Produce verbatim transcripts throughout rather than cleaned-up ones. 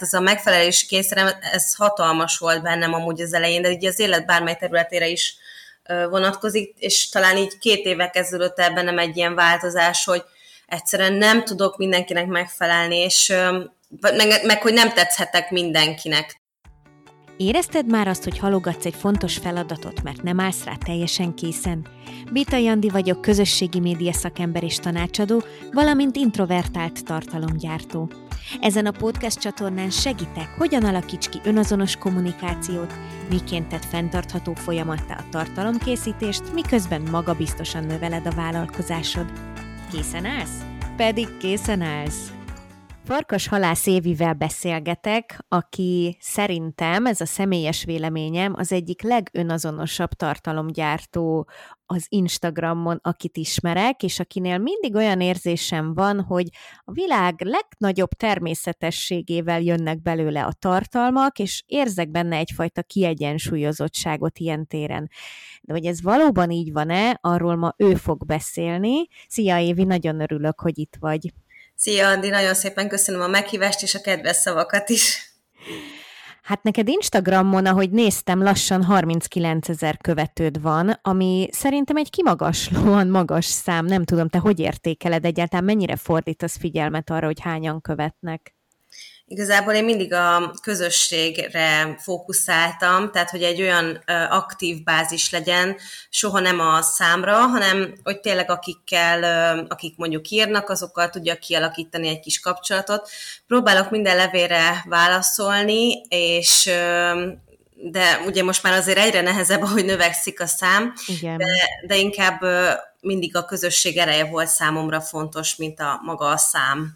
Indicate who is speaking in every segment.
Speaker 1: ez a megfelelési kényszerem, ez hatalmas volt bennem amúgy az elején, de így az élet bármely területére is vonatkozik, és talán így két évvel ezelőtt ebben nem egy ilyen változás, hogy egyszerűen nem tudok mindenkinek megfelelni, és meg, meg hogy nem tetszhetek mindenkinek.
Speaker 2: Érezted már azt, hogy halogatsz egy fontos feladatot, mert nem állsz rá teljesen készen? Bitai Andi vagyok, közösségi média szakember és tanácsadó, valamint introvertált tartalomgyártó. Ezen a podcast csatornán segítek, hogyan alakíts ki önazonos kommunikációt, miként tedd fenntartható folyamattá a tartalomkészítést, miközben magabiztosan növeled a vállalkozásod. Készen állsz? Pedig készen állsz! Farkas Halász Évivel beszélgetek, aki szerintem, ez a személyes véleményem, az egyik legönazonosabb tartalomgyártó az Instagramon, akit ismerek, és akinél mindig olyan érzésem van, hogy a világ legnagyobb természetességével jönnek belőle a tartalmak, és érzek benne egyfajta kiegyensúlyozottságot ilyen téren. De hogy ez valóban így van-e, arról ma ő fog beszélni. Szia Évi, nagyon örülök, hogy itt vagy.
Speaker 1: Szia, Andi, nagyon szépen köszönöm a meghívást és a kedves szavakat is.
Speaker 2: Hát neked Instagramon, ahogy néztem, lassan harminckilencezer követőd van, ami szerintem egy kimagaslóan magas szám. Nem tudom, te hogy értékeled egyáltalán, mennyire fordítasz figyelmet arra, hogy hányan követnek?
Speaker 1: Igazából én mindig a közösségre fókuszáltam, tehát hogy egy olyan aktív bázis legyen, soha nem a számra, hanem hogy tényleg akikkel, akik mondjuk írnak, azokkal tudja kialakítani egy kis kapcsolatot. Próbálok minden levélre válaszolni, és de ugye most már azért egyre nehezebb, ahogy növekszik a szám,
Speaker 2: Igen.
Speaker 1: de, de inkább mindig a közösség ereje volt számomra fontos, mint a maga a szám.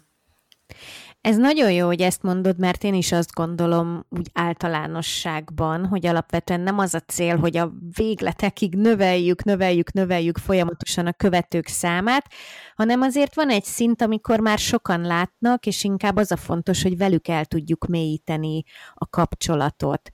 Speaker 2: Ez nagyon jó, hogy ezt mondod, mert én is azt gondolom úgy általánosságban, hogy alapvetően nem az a cél, hogy a végletekig növeljük, növeljük, növeljük folyamatosan a követők számát, hanem azért van egy szint, amikor már sokan látnak, és inkább az a fontos, hogy velük el tudjuk mélyíteni a kapcsolatot.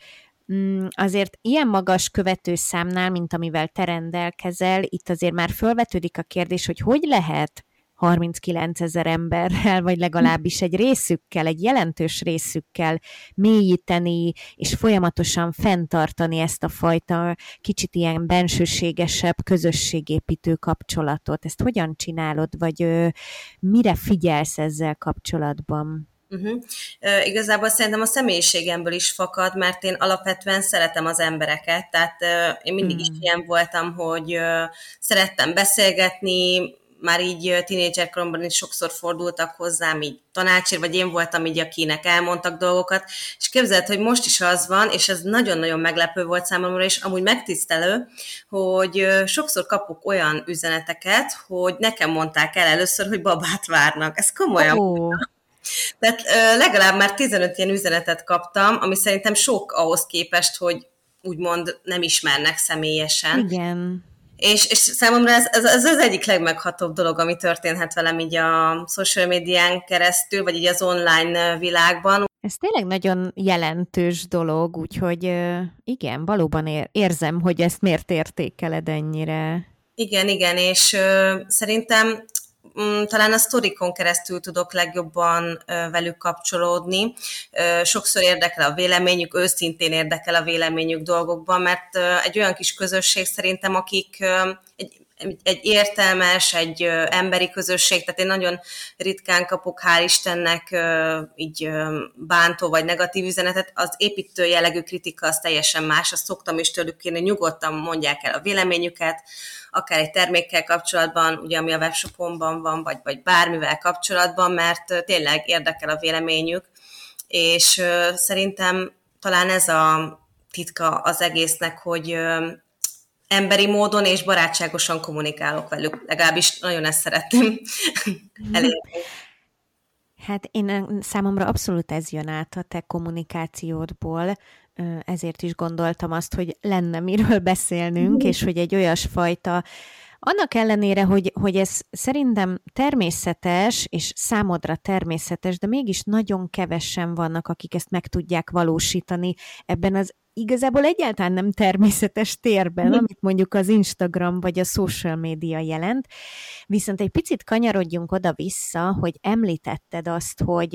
Speaker 2: Azért ilyen magas követőszámnál, mint amivel te rendelkezel, itt azért már felvetődik a kérdés, hogy hogy lehet harminckilencezer emberrel, vagy legalábbis egy részükkel, egy jelentős részükkel mélyíteni, és folyamatosan fenntartani ezt a fajta kicsit ilyen bensőségesebb, közösségépítő kapcsolatot. Ezt hogyan csinálod, vagy ö, mire figyelsz ezzel kapcsolatban?
Speaker 1: Uh-huh. Uh, igazából szerintem a személyiségemből is fakad, mert én alapvetően szeretem az embereket, tehát uh, én mindig mm. is ilyen voltam, hogy uh, szerettem beszélgetni, már így tínédzserkoromban is sokszor fordultak hozzám így tanácsért, vagy én voltam így, akinek elmondtak dolgokat, és képzeld, hogy most is az van, és ez nagyon-nagyon meglepő volt számomra, és amúgy megtisztelő, hogy sokszor kapok olyan üzeneteket, hogy nekem mondták el először, hogy babát várnak. Ez komolyan. Oh. Tehát legalább már tizenöt ilyen üzenetet kaptam, ami szerintem sok ahhoz képest, hogy úgymond nem ismernek személyesen.
Speaker 2: Igen.
Speaker 1: És, és számomra ez, ez, ez az egyik legmeghatóbb dolog, ami történhet velem így a social médián keresztül, vagy így az online világban.
Speaker 2: Ez tényleg nagyon jelentős dolog, úgyhogy igen, valóban ér, érzem, hogy ezt miért értékeled ennyire.
Speaker 1: Igen, igen, és ö, szerintem talán a sztorikon keresztül tudok legjobban velük kapcsolódni. Sokszor érdekel a véleményük, őszintén érdekel a véleményük dolgokban, mert egy olyan kis közösség szerintem, akik egy, egy értelmes, egy emberi közösség, tehát én nagyon ritkán kapok, hál' Istennek, így bántó vagy negatív üzenetet. Az építő jellegű kritika az teljesen más, azt szoktam is tőlük kérni, nyugodtan mondják el a véleményüket, akár egy termékkel kapcsolatban, ugye ami a webshopomban van, vagy, vagy bármivel kapcsolatban, mert tényleg érdekel a véleményük, és uh, szerintem talán ez a titka az egésznek, hogy uh, emberi módon és barátságosan kommunikálok velük. Legalábbis nagyon ezt szeretném elérni.
Speaker 2: Hát én számomra abszolút ez jön át a te kommunikációdból, ezért is gondoltam azt, hogy lenne miről beszélnünk, és hogy egy olyasfajta, annak ellenére, hogy, hogy ez szerintem természetes, és számodra természetes, de mégis nagyon kevesen vannak, akik ezt meg tudják valósítani ebben az igazából egyáltalán nem természetes térben, amit mondjuk az Instagram vagy a social média jelent. Viszont egy picit kanyarodjunk oda-vissza, hogy említetted azt, hogy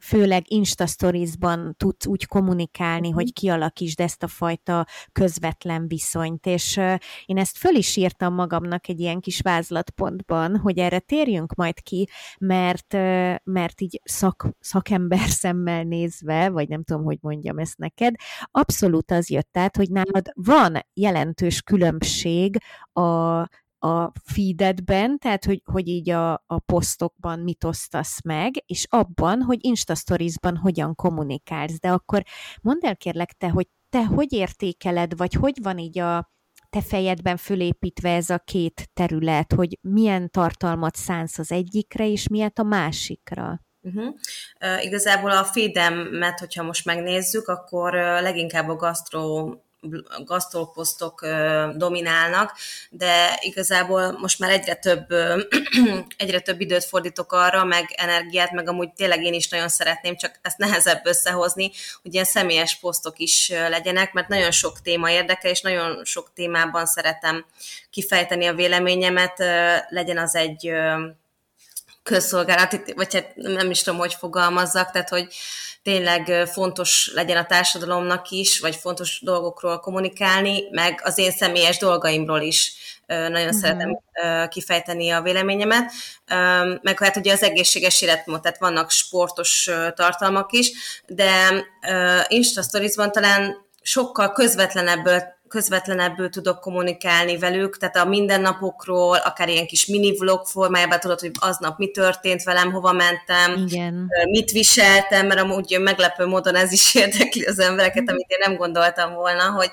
Speaker 2: főleg Insta Stories-ban tudsz úgy kommunikálni, hogy kialakítsd ezt a fajta közvetlen viszonyt, és uh, én ezt föl is írtam magamnak egy ilyen kis vázlatpontban, hogy erre térjünk majd ki, mert, uh, mert így szak, szakember szemmel nézve, vagy nem tudom, hogy mondjam ezt neked, abszolút az jött át, hogy nálad van jelentős különbség a a feededben, tehát hogy, hogy így a, a posztokban mit osztasz meg, és abban, hogy Insta Stories-ban hogyan kommunikálsz. De akkor mondd el kérlek te, hogy te hogy értékeled, vagy hogy van így a te fejedben fölépítve ez a két terület, hogy milyen tartalmat szánsz az egyikre, és miért a másikra?
Speaker 1: Uh-huh. Uh, igazából a feedemet, hogyha most megnézzük, akkor uh, leginkább a gasztro gasztroposztok uh, dominálnak, de igazából most már egyre több, uh, egyre több időt fordítok arra, meg energiát, meg amúgy tényleg én is nagyon szeretném, csak ezt nehezebb összehozni, hogy ilyen személyes posztok is uh, legyenek, mert nagyon sok téma érdekel, és nagyon sok témában szeretem kifejteni a véleményemet, uh, legyen az egy uh, közszolgálati, vagy hát nem is tudom, hogy fogalmazzak, tehát hogy tényleg fontos legyen a társadalomnak is, vagy fontos dolgokról kommunikálni, meg az én személyes dolgaimról is nagyon uh-huh. szeretem kifejteni a véleményemet, meg hát ugye az egészséges életmód, tehát vannak sportos tartalmak is, de Insta Stories-ban talán sokkal közvetlenebből közvetlenebbül tudok kommunikálni velük, tehát a mindennapokról, akár ilyen kis mini vlog formájában tudod, hogy aznap mi történt velem, hova mentem,
Speaker 2: igen.
Speaker 1: mit viseltem, mert amúgy meglepő módon ez is érdekli az embereket, amit én nem gondoltam volna, hogy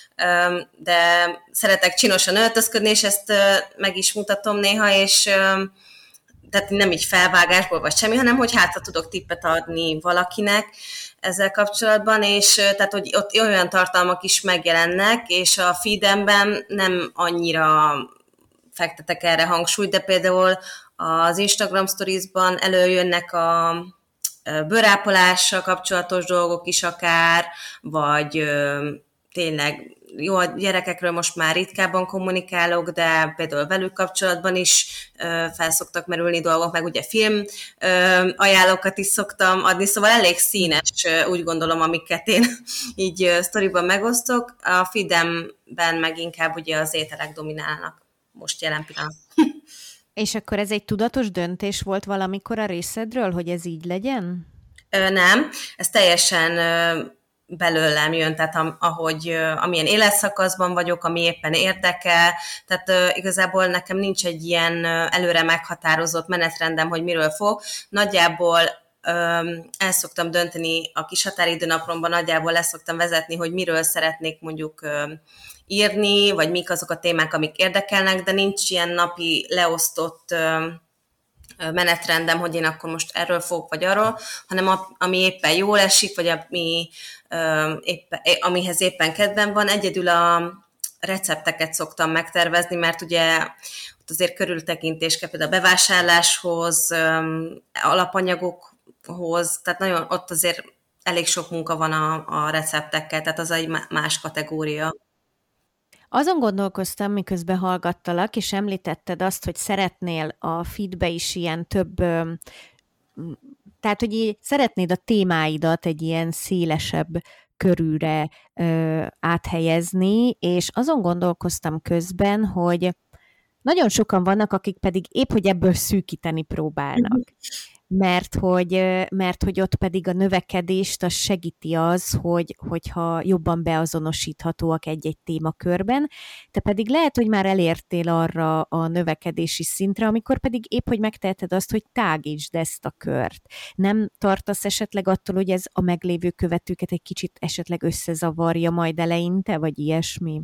Speaker 1: de szeretek csinosan öltözködni, és ezt meg is mutatom néha, és tehát nem így felvágásból vagy semmi, hanem hogy hát, ha tudok tippet adni valakinek ezzel kapcsolatban, és tehát, hogy ott olyan tartalmak is megjelennek, és a feedemben nem annyira fektetek erre hangsúlyt, de például az Instagram Stories-ban előjönnek a bőrápolással kapcsolatos dolgok is akár, vagy tényleg jó, a gyerekekről most már ritkábban kommunikálok, de például velük kapcsolatban is ö, felszoktak merülni dolgok, meg ugye film ö, ajánlókat is szoktam adni, szóval elég színes, ö, úgy gondolom, amiket én így ö, sztoriban megosztok. A feedemben meg inkább ugye az ételek dominálnak most jelen pillanat.
Speaker 2: És akkor ez egy tudatos döntés volt valamikor a részedről, hogy ez így legyen?
Speaker 1: Ö, nem, ez teljesen... Ö, belőlem jön, tehát ahogy, amilyen életszakaszban vagyok, ami éppen érdekel, tehát uh, igazából nekem nincs egy ilyen előre meghatározott menetrendem, hogy miről fog. Nagyjából um, el szoktam dönteni a kis határidőnaplomban, nagyjából le szoktam vezetni, hogy miről szeretnék mondjuk um, írni, vagy mik azok a témák, amik érdekelnek, de nincs ilyen napi leosztott um, menetrendem, hogy én akkor most erről fogok, vagy arról, hanem a, ami éppen jól esik, vagy ami, uh, éppen, amihez éppen kedvem van. Egyedül a recepteket szoktam megtervezni, mert ugye ott azért körültekintés kell például a bevásárláshoz, um, alapanyagokhoz, tehát nagyon ott azért elég sok munka van a, a receptekkel, tehát az egy más kategória.
Speaker 2: Azon gondolkoztam, miközben hallgattalak, és említetted azt, hogy szeretnél a feedbe is ilyen több, tehát, hogy így szeretnéd a témáidat egy ilyen szélesebb körülre ö, áthelyezni, és azon gondolkoztam közben, hogy nagyon sokan vannak, akik pedig épp, hogy ebből szűkíteni próbálnak. Mert hogy, mert hogy ott pedig a növekedést az segíti az, hogy, hogyha jobban beazonosíthatóak egy-egy témakörben, te pedig lehet, hogy már elértél arra a növekedési szintre, amikor pedig épp, hogy megteheted azt, hogy tágítsd ezt a kört. Nem tartasz esetleg attól, hogy ez a meglévő követőket egy kicsit esetleg összezavarja majd eleinte, vagy ilyesmi?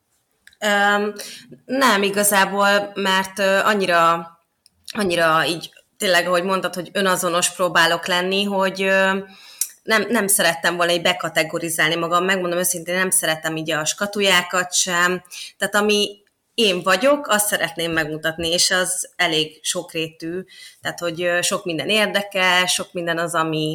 Speaker 1: Um, nem igazából, mert uh, annyira, annyira így tényleg, ahogy mondtad, hogy önazonos próbálok lenni, hogy nem, nem szerettem volna így bekategorizálni magam, megmondom őszintén, nem szeretem így a skatujákat sem, tehát ami én vagyok, azt szeretném megmutatni, és az elég sokrétű, tehát hogy sok minden érdekel, sok minden az, ami,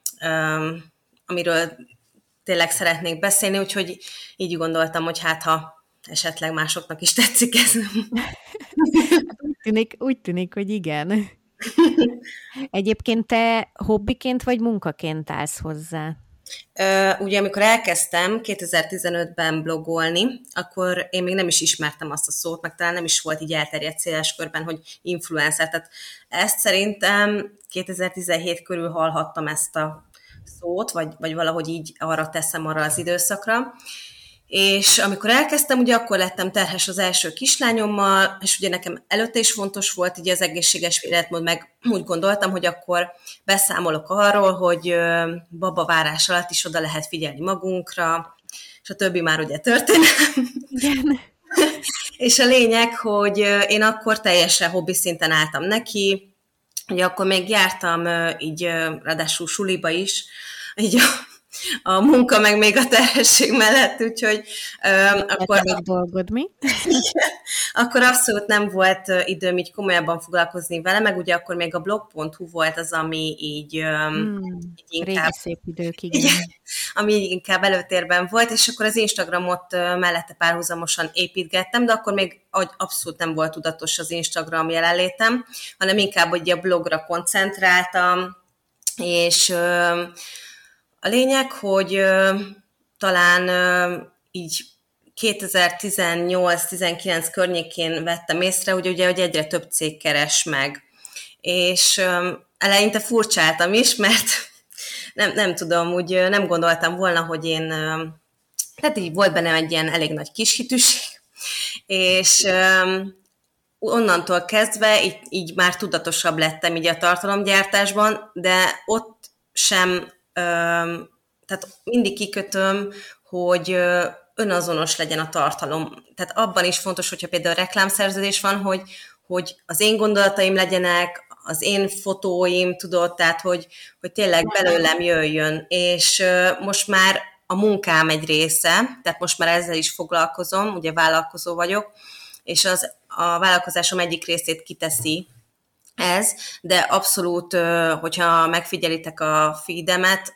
Speaker 1: amiről tényleg szeretnék beszélni, úgyhogy így gondoltam, hogy hát ha esetleg másoknak is tetszik ez.
Speaker 2: úgy, tűnik, úgy tűnik, hogy igen. Egyébként te hobbiként vagy munkaként állsz hozzá?
Speaker 1: Ugye amikor elkezdtem kétezer-tizenötben blogolni, akkor én még nem is ismertem azt a szót, meg talán nem is volt így elterjedt széles körben, hogy influencer. Tehát ezt szerintem kétezer-tizenhét körül hallhattam ezt a szót, vagy, vagy valahogy így arra teszem arra az időszakra. És amikor elkezdtem, ugye akkor lettem terhes az első kislányommal, és ugye nekem előtte is fontos volt így az egészséges életmód, meg úgy gondoltam, hogy akkor beszámolok arról, hogy babavárás alatt is oda lehet figyelni magunkra, és a többi már ugye történet.
Speaker 2: Igen.
Speaker 1: És a lényeg, hogy én akkor teljesen hobbi szinten álltam neki, ugye akkor még jártam így ráadásul suliba is, így a a munka, meg még a terhesség mellett, úgyhogy um, akkor,
Speaker 2: még dolgod, mi?
Speaker 1: akkor abszolút nem volt időm így komolyabban foglalkozni vele, meg ugye akkor még a blog pont hu volt az, ami így, um,
Speaker 2: hmm,
Speaker 1: így inkább...
Speaker 2: Régi szép idők, igen.
Speaker 1: igen. Ami így inkább előtérben volt, és akkor az Instagramot mellette párhuzamosan építgettem, de akkor még abszolút nem volt tudatos az Instagram jelenlétem, hanem inkább ugye a blogra koncentráltam, és... Um, A lényeg, hogy uh, talán uh, így kétezer-tizennyolc-tizenkilenc környékén vettem észre, hogy ugye hogy egyre több cég keres meg. És um, eleinte furcsáltam is, mert nem, nem tudom, úgy nem gondoltam volna, hogy én, uh, tehát így volt bennem egy ilyen elég nagy kis hitűség, és um, onnantól kezdve így, így már tudatosabb lettem így a tartalomgyártásban, de ott sem tehát mindig kikötöm, hogy önazonos legyen a tartalom. Tehát abban is fontos, hogyha például reklámszerződés van, hogy, hogy az én gondolataim legyenek, az én fotóim, tudod, tehát hogy, hogy tényleg belőlem jöjjön. És most már a munkám egy része, tehát most már ezzel is foglalkozom, ugye vállalkozó vagyok, és az, a vállalkozásom egyik részét kiteszi ez, de abszolút, hogyha megfigyelitek a feedemet,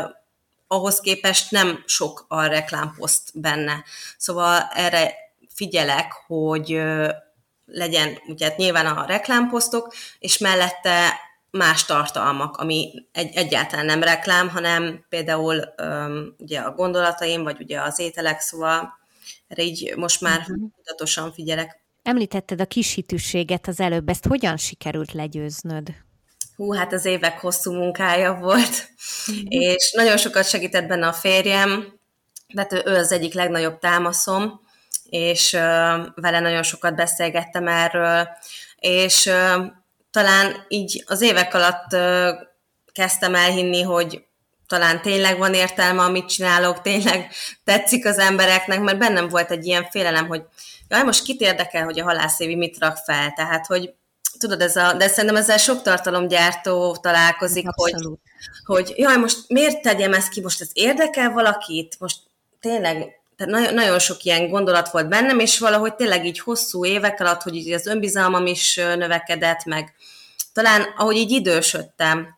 Speaker 1: ahhoz képest nem sok a reklámposzt benne. Szóval erre figyelek, hogy legyen, ugye hát nyilván a reklámposztok, és mellette más tartalmak, ami egy, egyáltalán nem reklám, hanem például ugye a gondolataim, vagy ugye az ételek, szóval erre így most már uh-huh. tudatosan figyelek.
Speaker 2: Említetted a kishitűséget az előbb, ezt hogyan sikerült legyőznöd?
Speaker 1: Hú, hát az évek hosszú munkája volt, mm-hmm. és nagyon sokat segített benne a férjem, mert ő az egyik legnagyobb támaszom, és uh, vele nagyon sokat beszélgettem erről, és uh, talán így az évek alatt uh, kezdtem elhinni, hogy talán tényleg van értelme, amit csinálok, tényleg tetszik az embereknek, mert bennem volt egy ilyen félelem, hogy jaj, most kit érdekel, hogy a Halász Évi mit rak fel, tehát, hogy tudod, ez a, de szerintem ezzel sok tartalomgyártó találkozik, hogy, hogy jaj, most miért tegyem ezt ki, most ez érdekel valakit, most tényleg, tehát nagyon, nagyon sok ilyen gondolat volt bennem, és valahogy tényleg így hosszú évek alatt, hogy így az önbizalmam is növekedett, meg talán ahogy így idősödtem,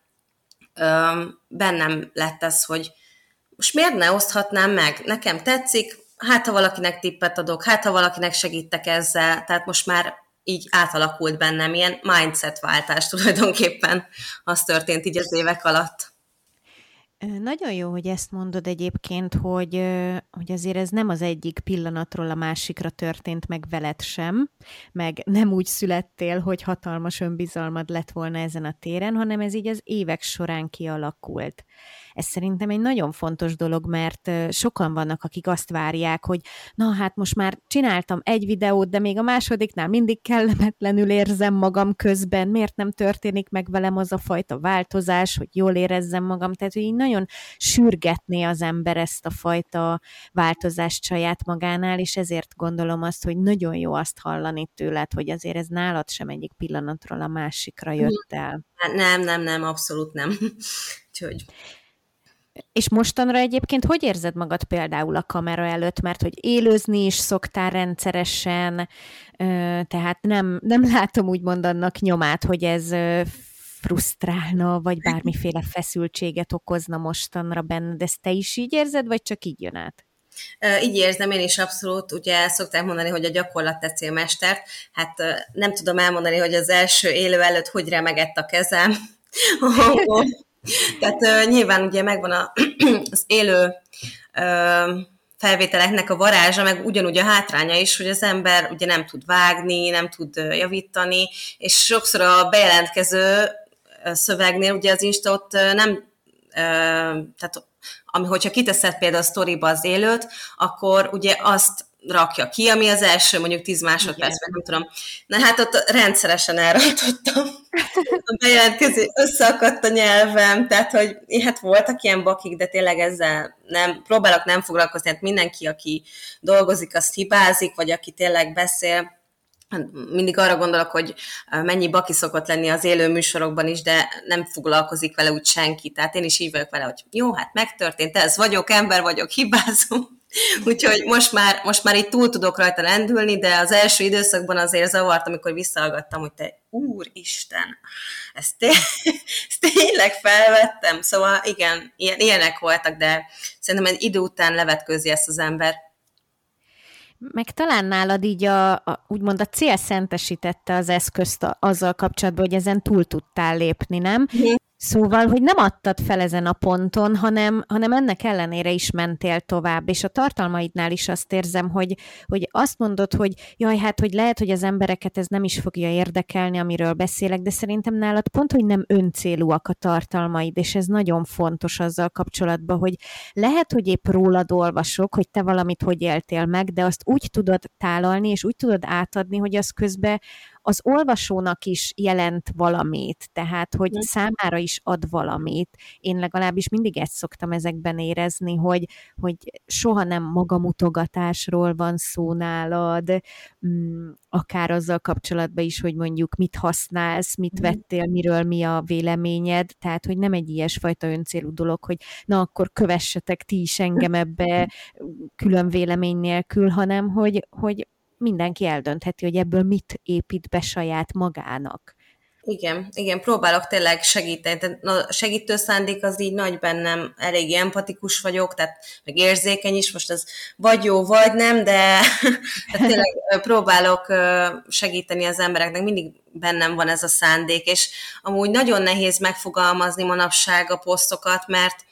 Speaker 1: bennem lett ez, hogy most miért ne oszthatnám meg, nekem tetszik, hát ha valakinek tippet adok, hát ha valakinek segítek ezzel, tehát most már így átalakult bennem, ilyen mindset-váltás tulajdonképpen az történt így az évek alatt.
Speaker 2: Nagyon jó, hogy ezt mondod egyébként, hogy, hogy azért ez nem az egyik pillanatról a másikra történt meg veled sem, meg nem úgy születtél, hogy hatalmas önbizalmad lett volna ezen a téren, hanem ez így az évek során kialakult. Ez szerintem egy nagyon fontos dolog, mert sokan vannak, akik azt várják, hogy na hát most már csináltam egy videót, de még a másodiknál mindig kellemetlenül érzem magam közben, miért nem történik meg velem az a fajta változás, hogy jól érezzem magam, tehát hogy így nagyon sürgetné az ember ezt a fajta változást saját magánál, és ezért gondolom azt, hogy nagyon jó azt hallani tőled, hogy azért ez nálad sem egyik pillanatról a másikra jött el.
Speaker 1: Nem, nem, nem, abszolút nem. Úgyhogy...
Speaker 2: És mostanra egyébként hogy érzed magad például a kamera előtt? Mert hogy élőzni is szoktál rendszeresen, tehát nem, nem látom úgymond annak nyomát, hogy ez frusztrálna, vagy bármiféle feszültséget okozna mostanra benned. Ezt te is így érzed, vagy csak így jön át?
Speaker 1: Így érzem, én is abszolút, ugye szokták mondani, hogy a gyakorlat teszi a mestert. Hát nem tudom elmondani, hogy az első élő előtt hogy remegett a kezem. Tehát nyilván ugye megvan a, az élő felvételeknek a varázsa, meg ugyanúgy a hátránya is, hogy az ember ugye nem tud vágni, nem tud javítani, és sokszor a bejelentkező szövegnél ugye az Insta ott nem, tehát ami, hogyha kiteszed például a sztoriba az élőt, akkor ugye azt rakja ki, ami az első mondjuk tíz másodpercben, nem tudom. Na hát ott rendszeresen elrontottam. A bejelentkező, összeakadt a nyelvem, tehát hogy hát voltak ilyen bakik, de tényleg ezzel nem, próbálok nem foglalkozni, hát mindenki, aki dolgozik, az hibázik, vagy aki tényleg beszél. Mindig arra gondolok, hogy mennyi baki szokott lenni az élő műsorokban is, de nem foglalkozik vele úgy senki. Tehát én is így vagyok vele, hogy jó, hát megtörtént, ez vagyok, ember vagyok, hibázom. Úgyhogy most már, most már így túl tudok rajta lendülni, de az első időszakban azért zavart, amikor visszahallgattam, hogy te, úristen, ezt, té- ezt tényleg felvettem. Szóval igen, ilyen, ilyenek voltak, de szerintem egy idő után levetkőzi ezt az ember.
Speaker 2: Meg talán nálad így a, a, úgymond a cél szentesítette az eszközt a, azzal kapcsolatban, hogy ezen túl tudtál lépni, nem? Mm. Szóval, hogy nem adtad fel ezen a ponton, hanem, hanem ennek ellenére is mentél tovább, és a tartalmaidnál is azt érzem, hogy, hogy azt mondod, hogy jaj, hát, hogy lehet, hogy az embereket ez nem is fogja érdekelni, amiről beszélek, de szerintem nálad pont, hogy nem öncélúak a tartalmaid, és ez nagyon fontos azzal kapcsolatban, hogy lehet, hogy épp rólad olvasok, hogy te valamit hogy éltél meg, de azt úgy tudod tálalni, és úgy tudod átadni, hogy az közben az olvasónak is jelent valamit, tehát, hogy számára is ad valamit. Én legalábbis mindig ezt szoktam ezekben érezni, hogy, hogy soha nem magamutogatásról van szó nálad, akár azzal kapcsolatban is, hogy mondjuk mit használsz, mit vettél, miről mi a véleményed, tehát, hogy nem egy ilyesfajta öncélú dolog, hogy na, akkor kövessetek ti is engem ebbe külön vélemény nélkül, hanem, hogy, hogy mindenki eldöntheti, hogy ebből mit épít be saját magának.
Speaker 1: Igen, igen, próbálok tényleg segíteni. Tehát a segítő szándék az így nagy bennem, elég empatikus vagyok, tehát meg érzékeny is, most az vagy jó, vagy nem, de tényleg próbálok segíteni az embereknek, mindig bennem van ez a szándék, és amúgy nagyon nehéz megfogalmazni manapság a posztokat, mert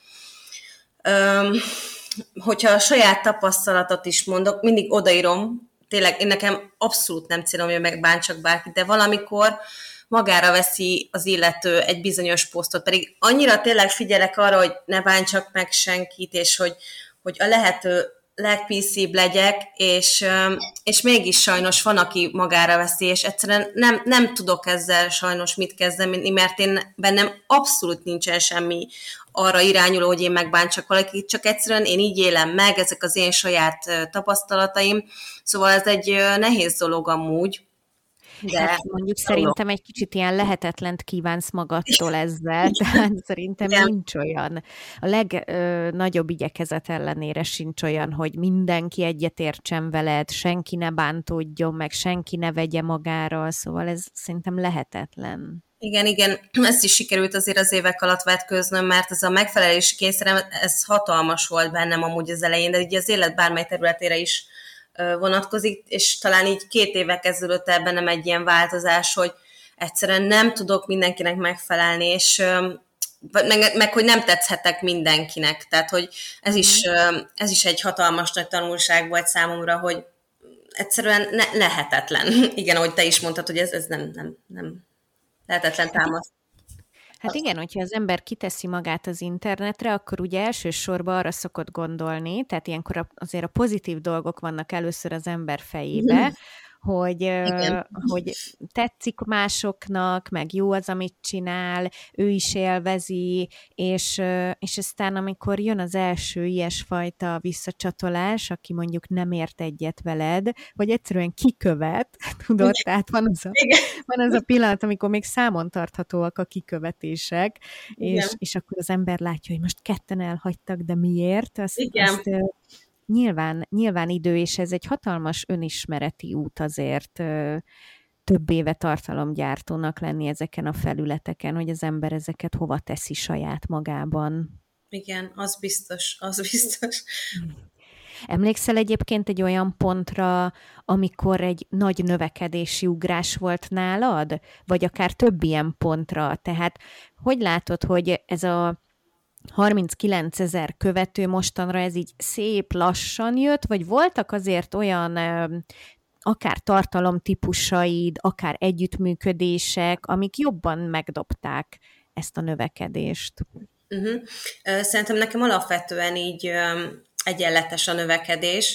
Speaker 1: öm, hogyha a saját tapasztalatot is mondok, mindig odaírom, tényleg én nekem abszolút nem célom, hogy megbántsak bárkit, de valamikor magára veszi az illető egy bizonyos posztot, pedig annyira tényleg figyelek arra, hogy ne bántsak meg senkit, és hogy, hogy a lehető legpíszibb legyek, és, és mégis sajnos van, aki magára veszi, és egyszerűen nem, nem tudok ezzel sajnos mit kezdeni, mert én bennem abszolút nincsen semmi arra irányuló, hogy én megbántsak valakit, csak egyszerűen én így élem meg, ezek az én saját tapasztalataim, szóval ez egy nehéz dolog amúgy.
Speaker 2: De hát mondjuk szerintem egy kicsit ilyen lehetetlent kívánsz magadtól ezzel, tehát szerintem igen. Nincs olyan. A legnagyobb igyekezet ellenére sincs olyan, hogy mindenki egyetértsen veled, senki ne bántódjon, meg senki ne vegye magára, szóval ez szerintem lehetetlen.
Speaker 1: Igen, igen, ezt is sikerült azért az évek alatt vetkőznöm, mert ez a megfelelési kényszerem, ez hatalmas volt bennem amúgy az elején, de ugye az élet bármely területére is vonatkozik, és talán így két évek ezelőtt ebben nem egy ilyen változás, hogy egyszerűen nem tudok mindenkinek megfelelni, és meg, meg hogy nem tetszhetek mindenkinek. Tehát, hogy ez is, ez is egy hatalmas nagy tanulság volt számomra, hogy egyszerűen ne, lehetetlen. Igen, ahogy te is mondtad, hogy ez, ez nem, nem, nem lehetetlen támaszt.
Speaker 2: Hát igen, hogyha az ember kiteszi magát az internetre, akkor ugye elsősorban arra szokott gondolni, tehát ilyenkor azért a pozitív dolgok vannak először az ember fejébe, mm. hogy, hogy tetszik másoknak, meg jó az, amit csinál, ő is élvezi, és, és aztán amikor jön az első ilyesfajta visszacsatolás, aki mondjuk nem ért egyet veled, vagy egyszerűen kikövet, tudod, tehát van az, a, van az a pillanat, amikor még számon tarthatóak a kikövetések, és, és akkor az ember látja, hogy most ketten elhagytak, de miért? Azt, azt Nyilván, nyilván idő, és ez egy hatalmas önismereti út azért több éve tartalomgyártónak lenni ezeken a felületeken, hogy az ember ezeket hova teszi saját magában.
Speaker 1: Igen, az biztos, az biztos.
Speaker 2: Emlékszel egyébként egy olyan pontra, amikor egy nagy növekedési ugrás volt nálad? Vagy akár több ilyen pontra? Tehát hogy látod, hogy ez a harminckilencezer követő mostanra ez így szép lassan jött, vagy voltak azért olyan akár tartalomtípusaid, akár együttműködések, amik jobban megdobták ezt a növekedést?
Speaker 1: Uh-huh. Szerintem nekem alapvetően így egyenletes a növekedés,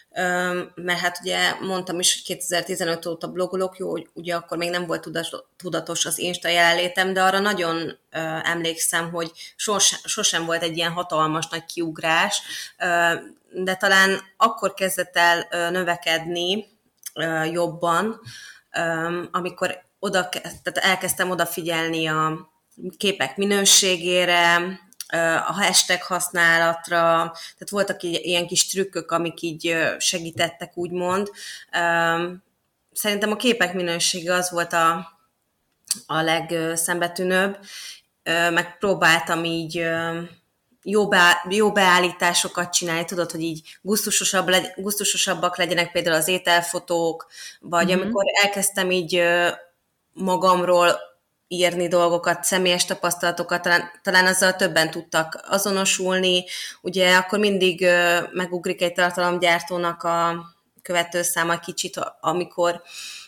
Speaker 1: mert hát ugye mondtam is, hogy kétezer-tizenöt óta blogolok, jó, ugye akkor még nem volt tudatos az Insta jelenlétem, de arra nagyon emlékszem, hogy sos, sosem volt egy ilyen hatalmas nagy kiugrás, de talán akkor kezdett el növekedni jobban, amikor oda, tehát elkezdtem odafigyelni a képek minőségére, a hashtag használatra, tehát voltak ilyen kis trükkök, amik így segítettek, úgymond. Szerintem a képek minősége az volt a, a legszembetűnőbb, meg próbáltam így jó, be, jó beállításokat csinálni, tudod, hogy így gusztusosabb legy, gusztusosabbak legyenek például az ételfotók, vagy mm-hmm. amikor elkezdtem így magamról írni dolgokat, személyes tapasztalatokat, talán, talán azzal többen tudtak azonosulni. Ugye akkor mindig uh, megugrik egy tartalomgyártónak a követőszáma kicsit, amikor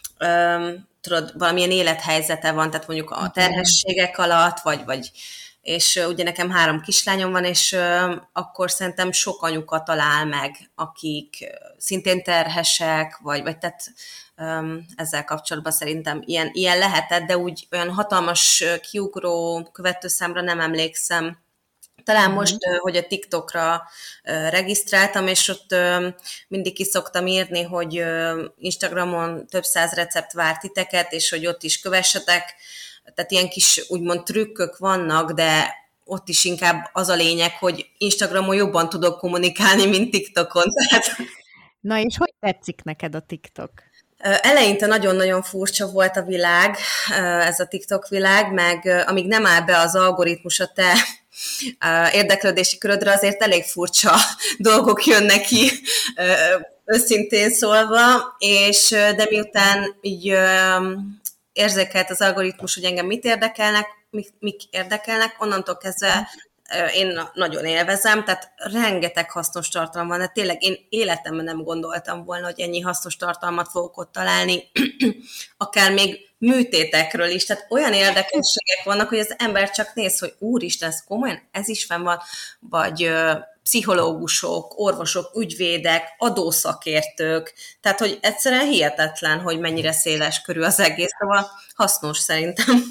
Speaker 1: um, tudod, valamilyen élethelyzete van, tehát mondjuk a terhességek alatt, vagy, vagy és uh, ugye nekem három kislányom van, és uh, akkor szerintem sok anyuka talál meg, akik uh, szintén terhesek, vagy, vagy tehát ezzel kapcsolatban szerintem ilyen, ilyen lehetett, de úgy olyan hatalmas kiugró követőszámra nem emlékszem. Talán mm-hmm. most, hogy a TikTokra regisztráltam, és ott mindig ki szoktam írni, hogy Instagramon több száz recept vár titeket, és hogy ott is kövessetek. Tehát ilyen kis úgymond trükkök vannak, de ott is inkább az a lényeg, hogy Instagramon jobban tudok kommunikálni, mint TikTokon.
Speaker 2: Na és hogy tetszik neked a TikTok?
Speaker 1: Eleinte nagyon-nagyon furcsa volt a világ, ez a TikTok világ, meg amíg nem áll be az algoritmus a te érdeklődési körödre, azért elég furcsa dolgok jönnek ki, őszintén szólva, és de miután így érzékelt az algoritmus, hogy engem mit érdekelnek, mik, mik érdekelnek, onnantól kezdve én nagyon élvezem, tehát rengeteg hasznos tartalom van, de tényleg én életemben nem gondoltam volna, hogy ennyi hasznos tartalmat fogok ott találni, akár még műtétekről is, tehát olyan érdekességek vannak, hogy az ember csak néz, hogy úristen, ez komolyan, ez is fenn van, vagy ö, pszichológusok, orvosok, ügyvédek, adószakértők, tehát hogy egyszerűen hihetetlen, hogy mennyire széles körül az egész, szóval hasznos szerintem.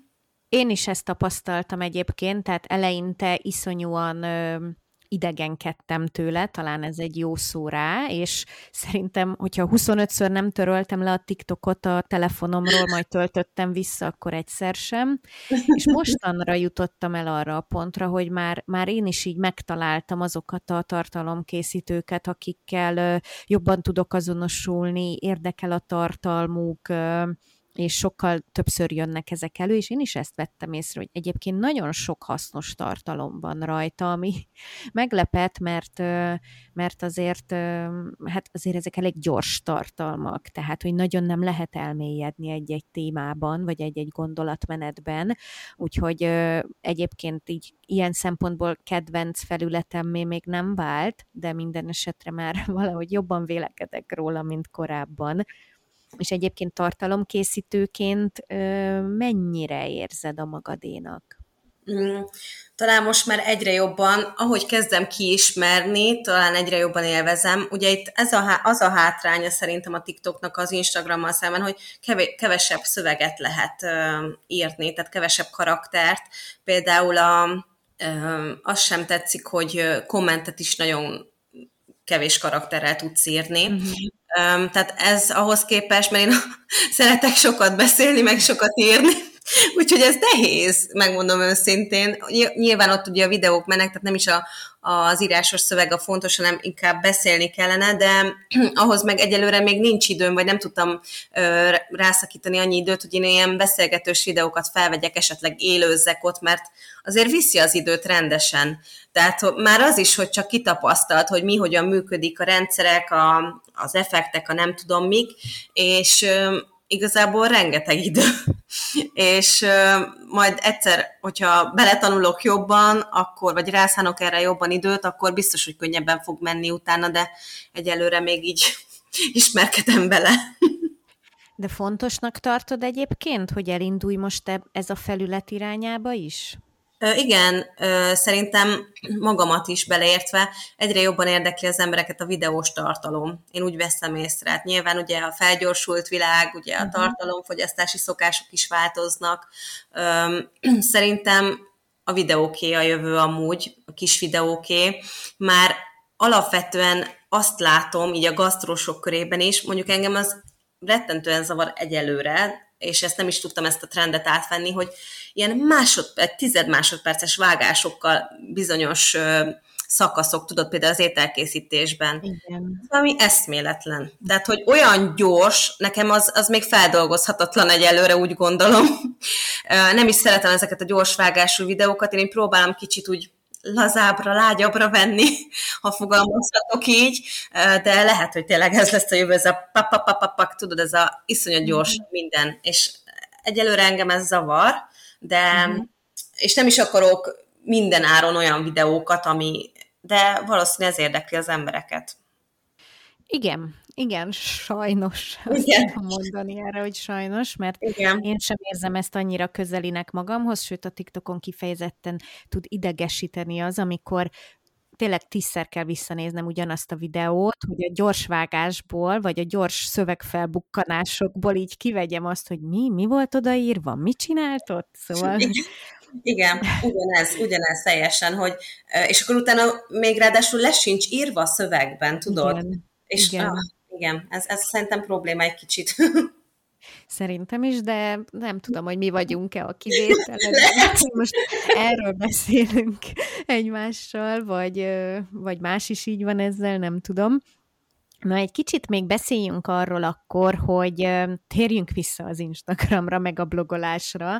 Speaker 2: Én is ezt tapasztaltam egyébként, tehát eleinte iszonyúan ö, idegenkedtem tőle, talán ez egy jó szó rá, és szerintem, hogyha huszonötször nem töröltem le a TikTokot a telefonomról, majd töltöttem vissza, akkor egyszer sem. És mostanra jutottam el arra a pontra, hogy már, már én is így megtaláltam azokat a tartalomkészítőket, akikkel ö, jobban tudok azonosulni, érdekel a tartalmuk, ö, és sokkal többször jönnek ezek elő, és én is ezt vettem észre, hogy egyébként nagyon sok hasznos tartalom van rajta, ami meglepett, mert, mert azért, hát azért ezek elég gyors tartalmak, tehát, hogy nagyon nem lehet elmélyedni egy-egy témában, vagy egy-egy gondolatmenetben, úgyhogy egyébként így ilyen szempontból kedvenc felületemmé még nem vált, de minden esetre már valahogy jobban vélekedek róla, mint korábban. És egyébként tartalomkészítőként mennyire érzed a magadénak?
Speaker 1: Mm, talán most már egyre jobban, ahogy kezdem kiismerni, talán egyre jobban élvezem. Ugye itt ez a, az a hátránya szerintem a TikToknak az Instagrammal szemben, hogy kevesebb szöveget lehet uh, írni, tehát kevesebb karaktert. Például a, uh, az sem tetszik, hogy kommentet is nagyon kevés karakterrel tudsz írni. Uh-huh. Um, tehát ez ahhoz képest, mert én szeretek sokat beszélni, meg sokat írni, Úgyhogy ez nehéz, megmondom őszintén. Nyilván ott ugye a videók mennek, tehát nem is a, az írásos szöveg a fontos, hanem inkább beszélni kellene, de ahhoz meg egyelőre még nincs időm, vagy nem tudtam ö, rászakítani annyi időt, hogy én ilyen beszélgetős videókat felvegyek, esetleg élőzzek ott, mert azért viszi az időt rendesen. Tehát már az is, hogy csak kitapasztalt, hogy mi hogyan működik a rendszerek, a, az effektek, a nem tudom mik, és ö, igazából rengeteg idő. És uh, majd egyszer, hogyha beletanulok jobban, akkor, vagy rászánok erre jobban időt, akkor biztos, hogy könnyebben fog menni utána, de egyelőre még így ismerkedem bele.
Speaker 2: De fontosnak tartod egyébként, hogy elindulj most ez a felület irányába is?
Speaker 1: Igen, szerintem magamat is beleértve egyre jobban érdekli az embereket a videós tartalom. Én úgy veszem észre. Hát nyilván ugye a felgyorsult világ, ugye a tartalomfogyasztási szokások is változnak. Szerintem a videóké a jövő amúgy, a kis videóké. Már alapvetően azt látom, így a gasztrósok körében is, mondjuk engem az rettentően zavar egyelőre, és ezt nem is tudtam ezt a trendet átvenni, hogy ilyen másodperc, tized másodperces vágásokkal bizonyos ö, szakaszok, tudod, például az ételkészítésben.
Speaker 2: Igen.
Speaker 1: Valami eszméletlen. Tehát, hogy olyan gyors, nekem az, az még feldolgozhatatlan egyelőre, úgy gondolom. Nem is szeretem ezeket a gyors vágású videókat, én így próbálom kicsit úgy lazábbra, lágyabbra venni, ha fogalmazhatok így, de lehet, hogy tényleg ez lesz a jövő, ez a papapapapak, tudod, ez a iszonyat gyors minden, és egyelőre engem ez zavar, de uh-huh. és nem is akarok minden áron olyan videókat, ami, de valószínűleg ez érdekli az embereket.
Speaker 2: Igen, igen, sajnos.
Speaker 1: Igen.
Speaker 2: Azt tudom mondani erre, hogy sajnos, mert
Speaker 1: igen.
Speaker 2: Én sem érzem ezt annyira közelinek magamhoz, sőt a TikTokon kifejezetten tud idegesíteni az, amikor tényleg tízszer kell visszanéznem ugyanazt a videót, hogy a gyors vágásból, vagy a gyors szövegfelbukkanásokból így kivegyem azt, hogy mi, mi volt odaírva, mit csinált ott, szóval...
Speaker 1: Igen, ugyanez, ugyanez teljesen, hogy, és akkor utána még ráadásul le sincs írva a szövegben, tudod?
Speaker 2: Igen,
Speaker 1: és
Speaker 2: igen.
Speaker 1: Ah, igen ez, ez szerintem probléma egy kicsit.
Speaker 2: Szerintem is, de nem tudom, hogy mi vagyunk-e a kivételek. Most erről beszélünk egymással, vagy, vagy más is így van ezzel, nem tudom. Na, egy kicsit még beszéljünk arról akkor, hogy térjünk vissza az Instagramra, meg a blogolásra,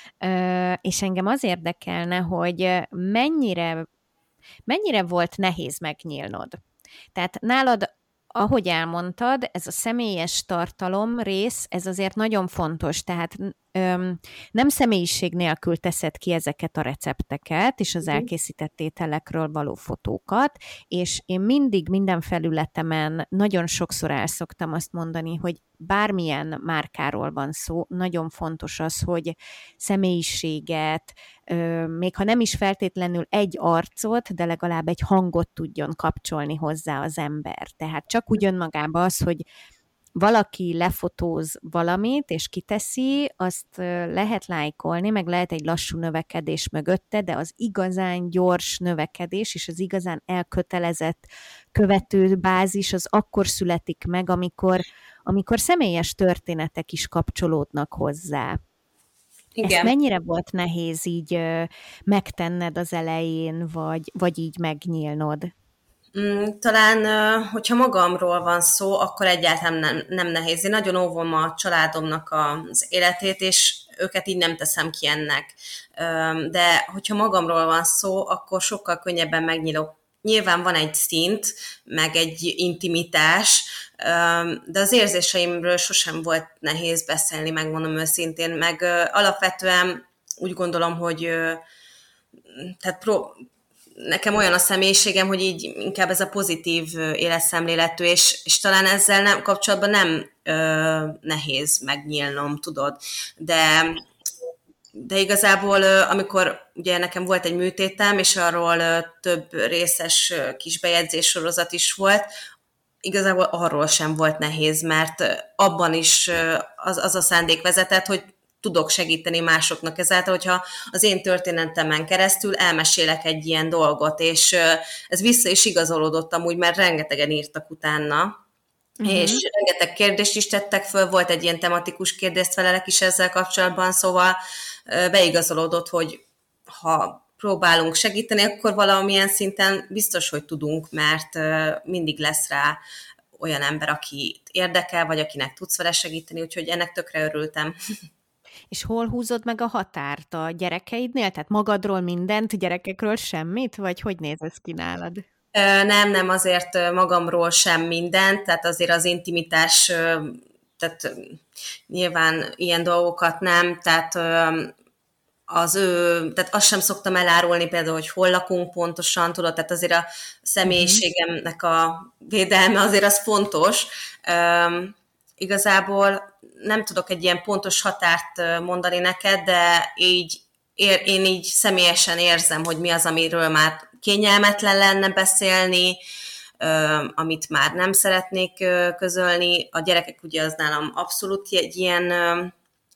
Speaker 2: és engem az érdekelne, hogy mennyire, mennyire volt nehéz megnyílnod. Tehát nálad, ahogy elmondtad, ez a személyes tartalom rész, ez azért nagyon fontos, tehát öm, nem személyiség nélkül teszed ki ezeket a recepteket, és az elkészített ételekről való fotókat, és én mindig minden felületemen nagyon sokszor el szoktam azt mondani, hogy bármilyen márkáról van szó, nagyon fontos az, hogy személyiséget, ö, még ha nem is feltétlenül egy arcot, de legalább egy hangot tudjon kapcsolni hozzá az ember. Tehát csak úgy önmagában az, hogy valaki lefotóz valamit, és kiteszi, azt lehet lájkolni, meg lehet egy lassú növekedés mögötte, de az igazán gyors növekedés, és az igazán elkötelezett követőbázis, az akkor születik meg, amikor, amikor személyes történetek is kapcsolódnak hozzá. Igen. Ezt mennyire volt nehéz így ö, megtenned az elején, vagy, vagy így megnyílnod?
Speaker 1: Talán, hogyha magamról van szó, akkor egyáltalán nem, nem nehéz. Én nagyon óvom a családomnak az életét, és őket így nem teszem ki ennek. De hogyha magamról van szó, akkor sokkal könnyebben megnyílok. Nyilván van egy szint, meg egy intimitás, de az érzéseimről sosem volt nehéz beszélni, megmondom őszintén, meg alapvetően úgy gondolom, hogy tehát pró- nekem olyan a személyiségem, hogy így inkább ez a pozitív életszemléletű, és, és talán ezzel nem, kapcsolatban nem ö, nehéz megnyílnom, tudod. De, de igazából, amikor ugye nekem volt egy műtétem, és arról ö, több részes ö, kis bejegyzés sorozat is volt, igazából arról sem volt nehéz, mert abban is ö, az, az a szándék vezetett, hogy tudok segíteni másoknak ezáltal, hogyha az én történetemen keresztül elmesélek egy ilyen dolgot, és ez vissza is igazolódott amúgy, mert rengetegen írtak utána, és rengeteg kérdést is tettek föl, volt egy ilyen tematikus kérdést felelek is ezzel kapcsolatban, szóval beigazolódott, hogy ha próbálunk segíteni, akkor valamilyen szinten biztos, hogy tudunk, mert mindig lesz rá olyan ember, aki érdekel, vagy akinek tudsz vele segíteni, úgyhogy ennek tökre örültem.
Speaker 2: És hol húzod meg a határt a gyerekeidnél? Tehát magadról mindent, gyerekekről semmit? Vagy hogy néz ez ki nálad?
Speaker 1: Nem, nem, azért magamról sem mindent, tehát azért az intimitás, tehát nyilván ilyen dolgokat nem, tehát az ő, tehát azt sem szoktam elárulni például, hogy hol lakunk pontosan, tudod, tehát azért a személyiségemnek a védelme azért az fontos. Um, igazából nem tudok egy ilyen pontos határt mondani neked, de így ér, én így személyesen érzem, hogy mi az, amiről már kényelmetlen lenne beszélni, um, amit már nem szeretnék uh, közölni. A gyerekek ugye az nálam abszolút egy ilyen um,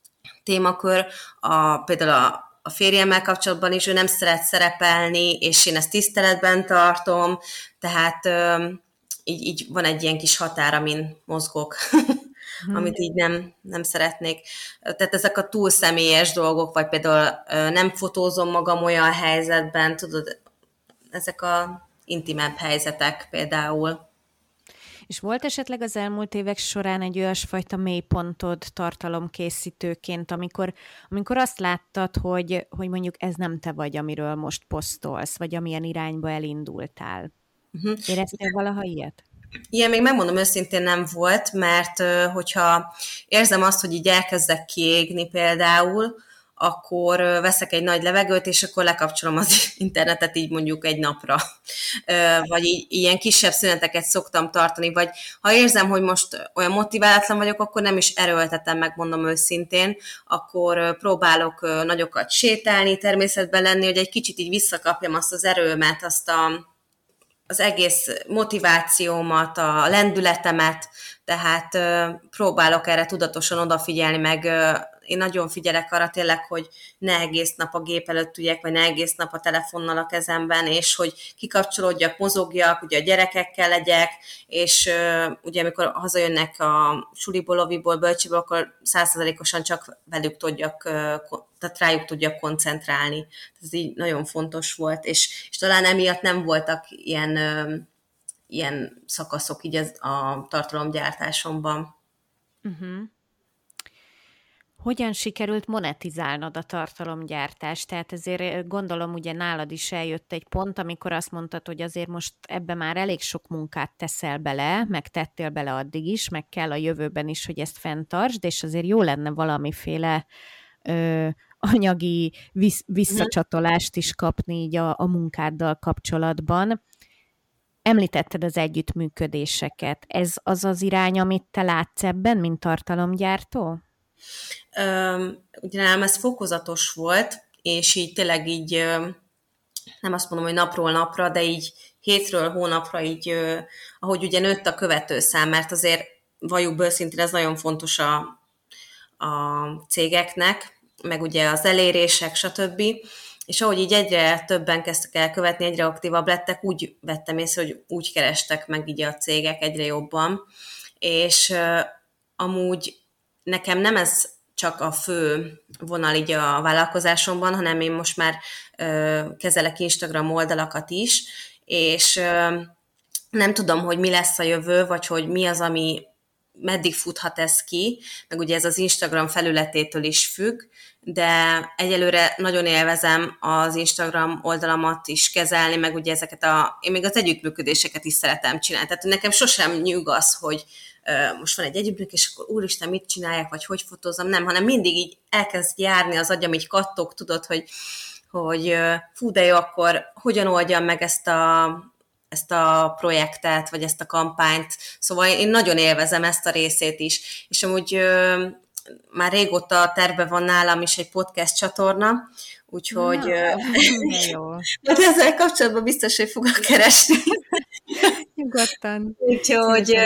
Speaker 1: témakör, a, például a, a férjemmel kapcsolatban is ő nem szeret szerepelni, és én ezt tiszteletben tartom, tehát um, így, így van egy ilyen kis határ, amin mozgok, hmm. amit így nem, nem szeretnék. Tehát ezek a túl személyes dolgok, vagy például uh, nem fotózom magam olyan helyzetben, tudod, ezek a intimebb helyzetek például.
Speaker 2: És volt esetleg az elmúlt évek során egy olyasfajta mélypontod tartalomkészítőként, amikor, amikor azt láttad, hogy, hogy mondjuk ez nem te vagy, amiről most posztolsz, vagy amilyen irányba elindultál. Uh-huh. Éreztél valaha ilyet?
Speaker 1: Ilyen még megmondom őszintén nem volt, mert hogyha érzem azt, hogy így elkezdek kiégni például, akkor veszek egy nagy levegőt, és akkor lekapcsolom az internetet így mondjuk egy napra. Vagy így, ilyen kisebb szüneteket szoktam tartani, vagy ha érzem, hogy most olyan motiválatlan vagyok, akkor nem is erőltetem, megmondom őszintén, akkor próbálok nagyokat sétálni, természetben lenni, hogy egy kicsit így visszakapjam azt az erőmet, azt a, az egész motivációmat, a lendületemet, tehát próbálok erre tudatosan odafigyelni, meg én nagyon figyelek arra tényleg, hogy ne egész nap a gép előtt üljek, vagy ne egész nap a telefonnal a kezemben, és hogy kikapcsolódjak, mozogjak, ugye a gyerekekkel legyek, és uh, ugye amikor hazajönnek a suliból, oviból, bölcsiből, akkor százszerzalékosan csak velük tudjak, uh, tehát rájuk tudjak koncentrálni. Ez így nagyon fontos volt, és, és talán emiatt nem voltak ilyen, uh, ilyen szakaszok így ez a tartalomgyártásomban.
Speaker 2: Uh-huh. Hogyan sikerült monetizálnod a tartalomgyártást? Tehát ezért gondolom, ugye nálad is eljött egy pont, amikor azt mondtad, hogy azért most ebbe már elég sok munkát teszel bele, meg tettél bele addig is, meg kell a jövőben is, hogy ezt fenntartsd, és azért jó lenne valamiféle ö, anyagi visz, visszacsatolást is kapni így a, a munkáddal kapcsolatban. Említetted az együttműködéseket. Ez az az irány, amit te látsz ebben, mint tartalomgyártó?
Speaker 1: Um, ugye nálam ez fokozatos volt, és így tényleg így, nem azt mondom, hogy napról napra, de így hétről hónapra így, ahogy ugye nőtt a követőszám, mert azért valljuk be őszintén, ez nagyon fontos a, a cégeknek, meg ugye az elérések, stb. És ahogy így egyre többen kezdtek el követni, egyre aktívabb lettek, úgy vettem észre, hogy úgy kerestek meg így a cégek egyre jobban, és uh, amúgy nekem nem ez csak a fő vonal így a vállalkozásomban, hanem én most már ö, kezelek Instagram oldalakat is, és ö, nem tudom, hogy mi lesz a jövő, vagy hogy mi az, ami meddig futhat ez ki, meg ugye ez az Instagram felületétől is függ, de egyelőre nagyon élvezem az Instagram oldalamat is kezelni, meg ugye ezeket a, én még az együttműködéseket is szeretem csinálni, tehát nekem sosem nyugasz, hogy most van egy együttműködés, és akkor úristen, mit csinálják, vagy hogy fotózom, nem, hanem mindig így elkezd járni az agyam, így kattog, tudod, hogy, hogy fú, de jó, akkor hogyan oldjam meg ezt a, ezt a projektet, vagy ezt a kampányt. Szóval én nagyon élvezem ezt a részét is. És amúgy már régóta terve van nálam is egy podcast csatorna, úgyhogy
Speaker 2: jó.
Speaker 1: De ezzel kapcsolatban biztos, hogy fogok keresni.
Speaker 2: Nyugodtan.
Speaker 1: Úgyhogy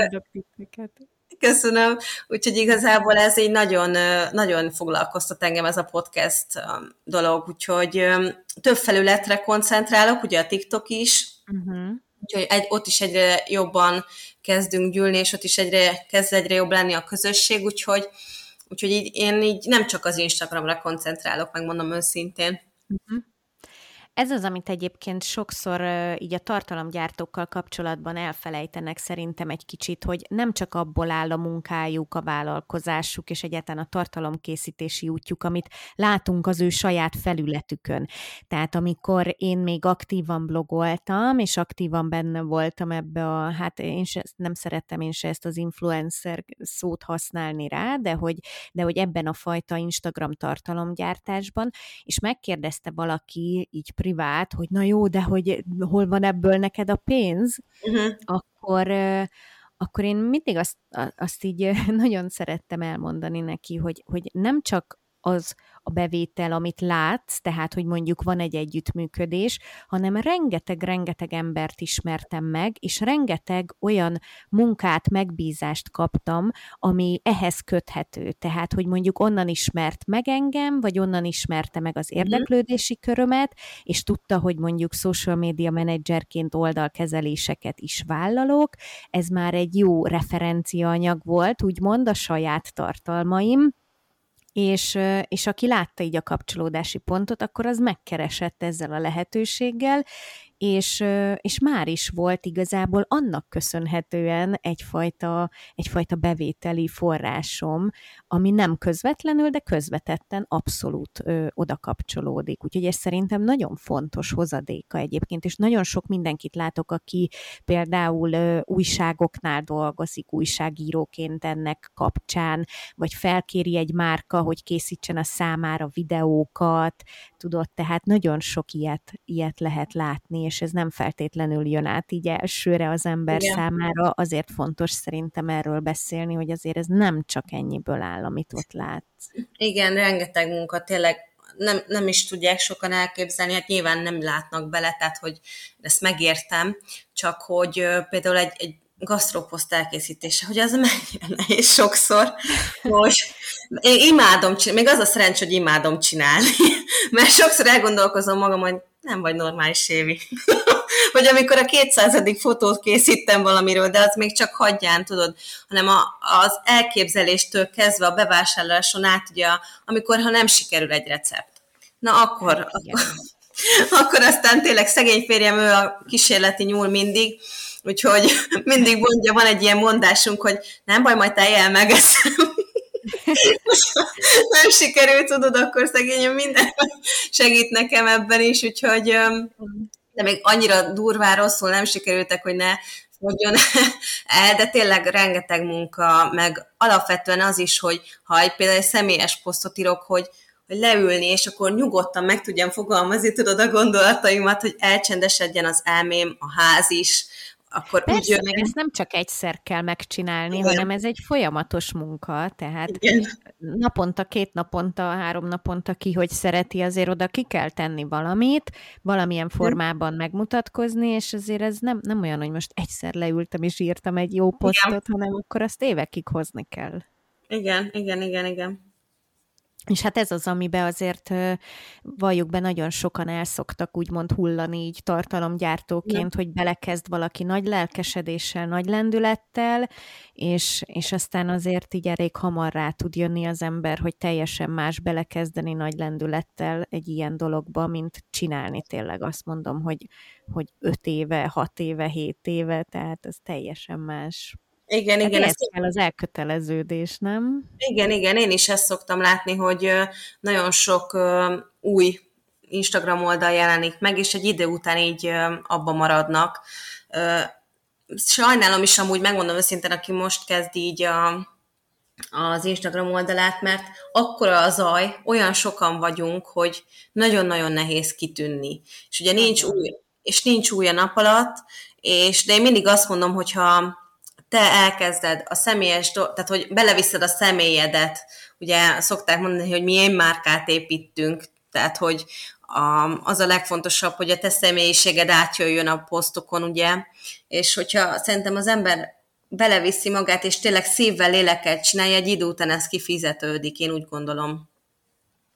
Speaker 1: köszönöm. Úgyhogy igazából ez így nagyon, nagyon foglalkoztat engem ez a podcast dolog, úgyhogy több felületre koncentrálok, ugye a TikTok is, uh-huh. úgyhogy egy, ott is egyre jobban kezdünk gyűlni, és ott is egyre, kezd egyre jobb lenni a közösség, úgyhogy, úgyhogy így, én így nem csak az Instagramra koncentrálok, megmondom őszintén.
Speaker 2: Uh-huh. Ez az, amit egyébként sokszor így a tartalomgyártókkal kapcsolatban elfelejtenek szerintem egy kicsit, hogy nem csak abból áll a munkájuk, a vállalkozásuk, és egyáltalán a tartalomkészítési útjuk, amit látunk az ő saját felületükön. Tehát amikor én még aktívan blogoltam, és aktívan benne voltam ebbe a, hát én se, nem szerettem én se ezt az influencer szót használni rá, de hogy, de hogy ebben a fajta Instagram tartalomgyártásban, és megkérdezte valaki így privát, hogy na jó, de hogy hol van ebből neked a pénz, uh-huh. akkor, akkor én mindig azt, azt így nagyon szerettem elmondani neki, hogy, hogy nem csak az a bevétel, amit látsz, tehát, hogy mondjuk van egy együttműködés, hanem rengeteg-rengeteg embert ismertem meg, és rengeteg olyan munkát, megbízást kaptam, ami ehhez köthető. Tehát, hogy mondjuk onnan ismert meg engem, vagy onnan ismerte meg az érdeklődési körömet, és tudta, hogy mondjuk social media menedzserként oldalkezeléseket is vállalok. Ez már egy jó referenciaanyag volt, úgymond a saját tartalmaim, És, és aki látta így a kapcsolódási pontot, akkor az megkeresett ezzel a lehetőséggel, és, és már is volt igazából annak köszönhetően egyfajta, egyfajta bevételi forrásom, ami nem közvetlenül, de közvetetten abszolút ö, oda kapcsolódik. Úgyhogy ez szerintem nagyon fontos hozadéka egyébként, és nagyon sok mindenkit látok, aki például ö, újságoknál dolgozik, újságíróként ennek kapcsán, vagy felkéri egy márka, hogy készítsen a számára videókat, tudod, tehát nagyon sok ilyet, ilyet lehet látni, és ez nem feltétlenül jön át így elsőre az ember Igen. számára. Azért fontos szerintem erről beszélni, hogy azért ez nem csak ennyiből áll, amit ott látsz.
Speaker 1: Igen, rengeteg munka, tényleg nem, nem is tudják sokan elképzelni, hát nyilván nem látnak bele, tehát hogy ezt megértem, csak hogy például egy, egy gasztróposzt elkészítése, hogy az mennyire nehéz sokszor. Most én imádom csinálni, még az a szerencs, hogy imádom csinálni, mert sokszor elgondolkozom magam, hogy nem vagy normális, Évi. Vagy amikor a kétszázadik fotót készítem valamiről, de az még csak hagyján, tudod, hanem a, az elképzeléstől kezdve a bevásárláson át, ugye, amikor ha nem sikerül egy recept. Na akkor, akkor, akkor aztán tényleg szegény férjem, ő a kísérleti nyúl mindig, úgyhogy mindig mondja, van egy ilyen mondásunk, hogy nem baj, majd teljel megeszem. Nem sikerült, tudod, akkor szegényem minden segít nekem ebben is, úgyhogy de még annyira durván rosszul nem sikerültek, hogy ne fogjon el, de tényleg rengeteg munka, meg alapvetően az is, hogy ha egy például egy személyes posztot írok, hogy hogy leülni, és akkor nyugodtan meg tudjam fogalmazni, tudod, a gondolataimat, hogy elcsendesedjen az elmém, a ház is, akkor
Speaker 2: Persze, úgy meg ezt nem csak egyszer kell megcsinálni, Igen. hanem ez egy folyamatos munka, tehát Igen. naponta, két naponta, három naponta ki, hogy szereti, azért oda ki kell tenni valamit, valamilyen formában megmutatkozni, és azért ez nem, nem olyan, hogy most egyszer leültem és írtam egy jó posztot, igen. hanem akkor azt évekig hozni kell.
Speaker 1: Igen, igen, igen, igen.
Speaker 2: És hát ez az, amiben azért valljuk be, nagyon sokan elszoktak úgymond hullani így tartalomgyártóként, ja. hogy belekezd valaki nagy lelkesedéssel, nagy lendülettel, és, és aztán azért így elég hamar rá tud jönni az ember, hogy teljesen más belekezdeni nagy lendülettel egy ilyen dologba, mint csinálni tényleg. Azt mondom, hogy, hogy öt éve, hat éve, hét éve, tehát ez teljesen más.
Speaker 1: Igen, igen.
Speaker 2: Ez kell az elköteleződés, nem?
Speaker 1: Igen, igen, én is ezt szoktam látni, hogy nagyon sok új Instagram oldal jelenik meg, és egy idő után így abba maradnak. Sajnálom is amúgy, megmondom őszintén, aki most kezd így a, az Instagram oldalát, mert akkora a zaj, olyan sokan vagyunk, hogy nagyon-nagyon nehéz kitűnni. És ugye nincs új, és nincs új a nap alatt, és, de én mindig azt mondom, hogyha te elkezded a személyes, tehát hogy beleviszed a személyedet, ugye szokták mondani, hogy mi én márkát építünk, tehát hogy a, az a legfontosabb, hogy a te személyiséged átjöjjön a posztokon, ugye, és hogyha szerintem az ember beleviszi magát, és tényleg szívvel, lélekkel csinálja, egy idő után ez kifizetődik, én úgy gondolom.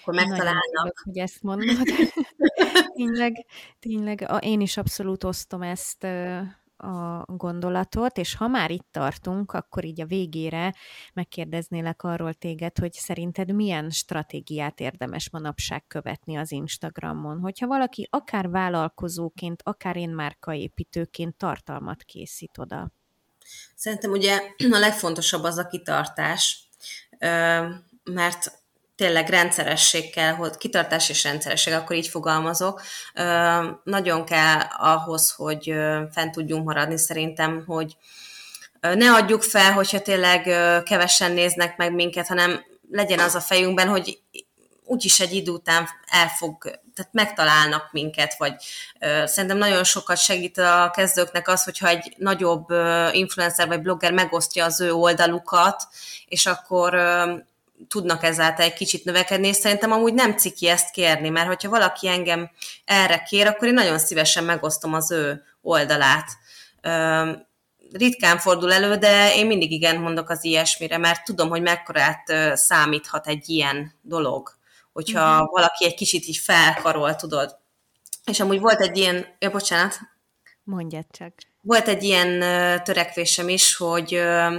Speaker 1: akkor
Speaker 2: Nagyon örülök,
Speaker 1: megtalálnak.
Speaker 2: hogy ezt mondod. Tényleg, tényleg a, én is abszolút osztom ezt ö, a gondolatot, és ha már itt tartunk, akkor így a végére megkérdeznélek arról téged, hogy szerinted milyen stratégiát érdemes manapság követni az Instagramon, hogyha valaki akár vállalkozóként, akár én márkaépítőként tartalmat készít oda.
Speaker 1: Szerintem ugye a legfontosabb az a kitartás, ö, mert tényleg rendszeresség kell, hogy kitartás és rendszeresség, akkor így fogalmazok. Ö, nagyon kell ahhoz, hogy ö, fent tudjunk maradni, szerintem, hogy ö, ne adjuk fel, hogyha tényleg ö, kevesen néznek meg minket, hanem legyen az a fejünkben, hogy úgyis egy idő után elfog, tehát megtalálnak minket, vagy ö, szerintem nagyon sokat segít a kezdőknek az, hogyha egy nagyobb ö, influencer vagy blogger megosztja az ő oldalukat, és akkor ö, tudnak ezáltal egy kicsit növekedni, és szerintem amúgy nem ciki ezt kérni, mert hogyha valaki engem erre kér, akkor én nagyon szívesen megosztom az ő oldalát. Ö, ritkán fordul elő, de én mindig igen mondok az ilyesmire, mert tudom, hogy mekkorát ö, számíthat egy ilyen dolog, hogyha uh-huh. valaki egy kicsit így felkarol, tudod. És amúgy volt egy ilyen, ja, bocsánat.
Speaker 2: Mondjad csak.
Speaker 1: Volt egy ilyen ö, törekvésem is, hogy ö,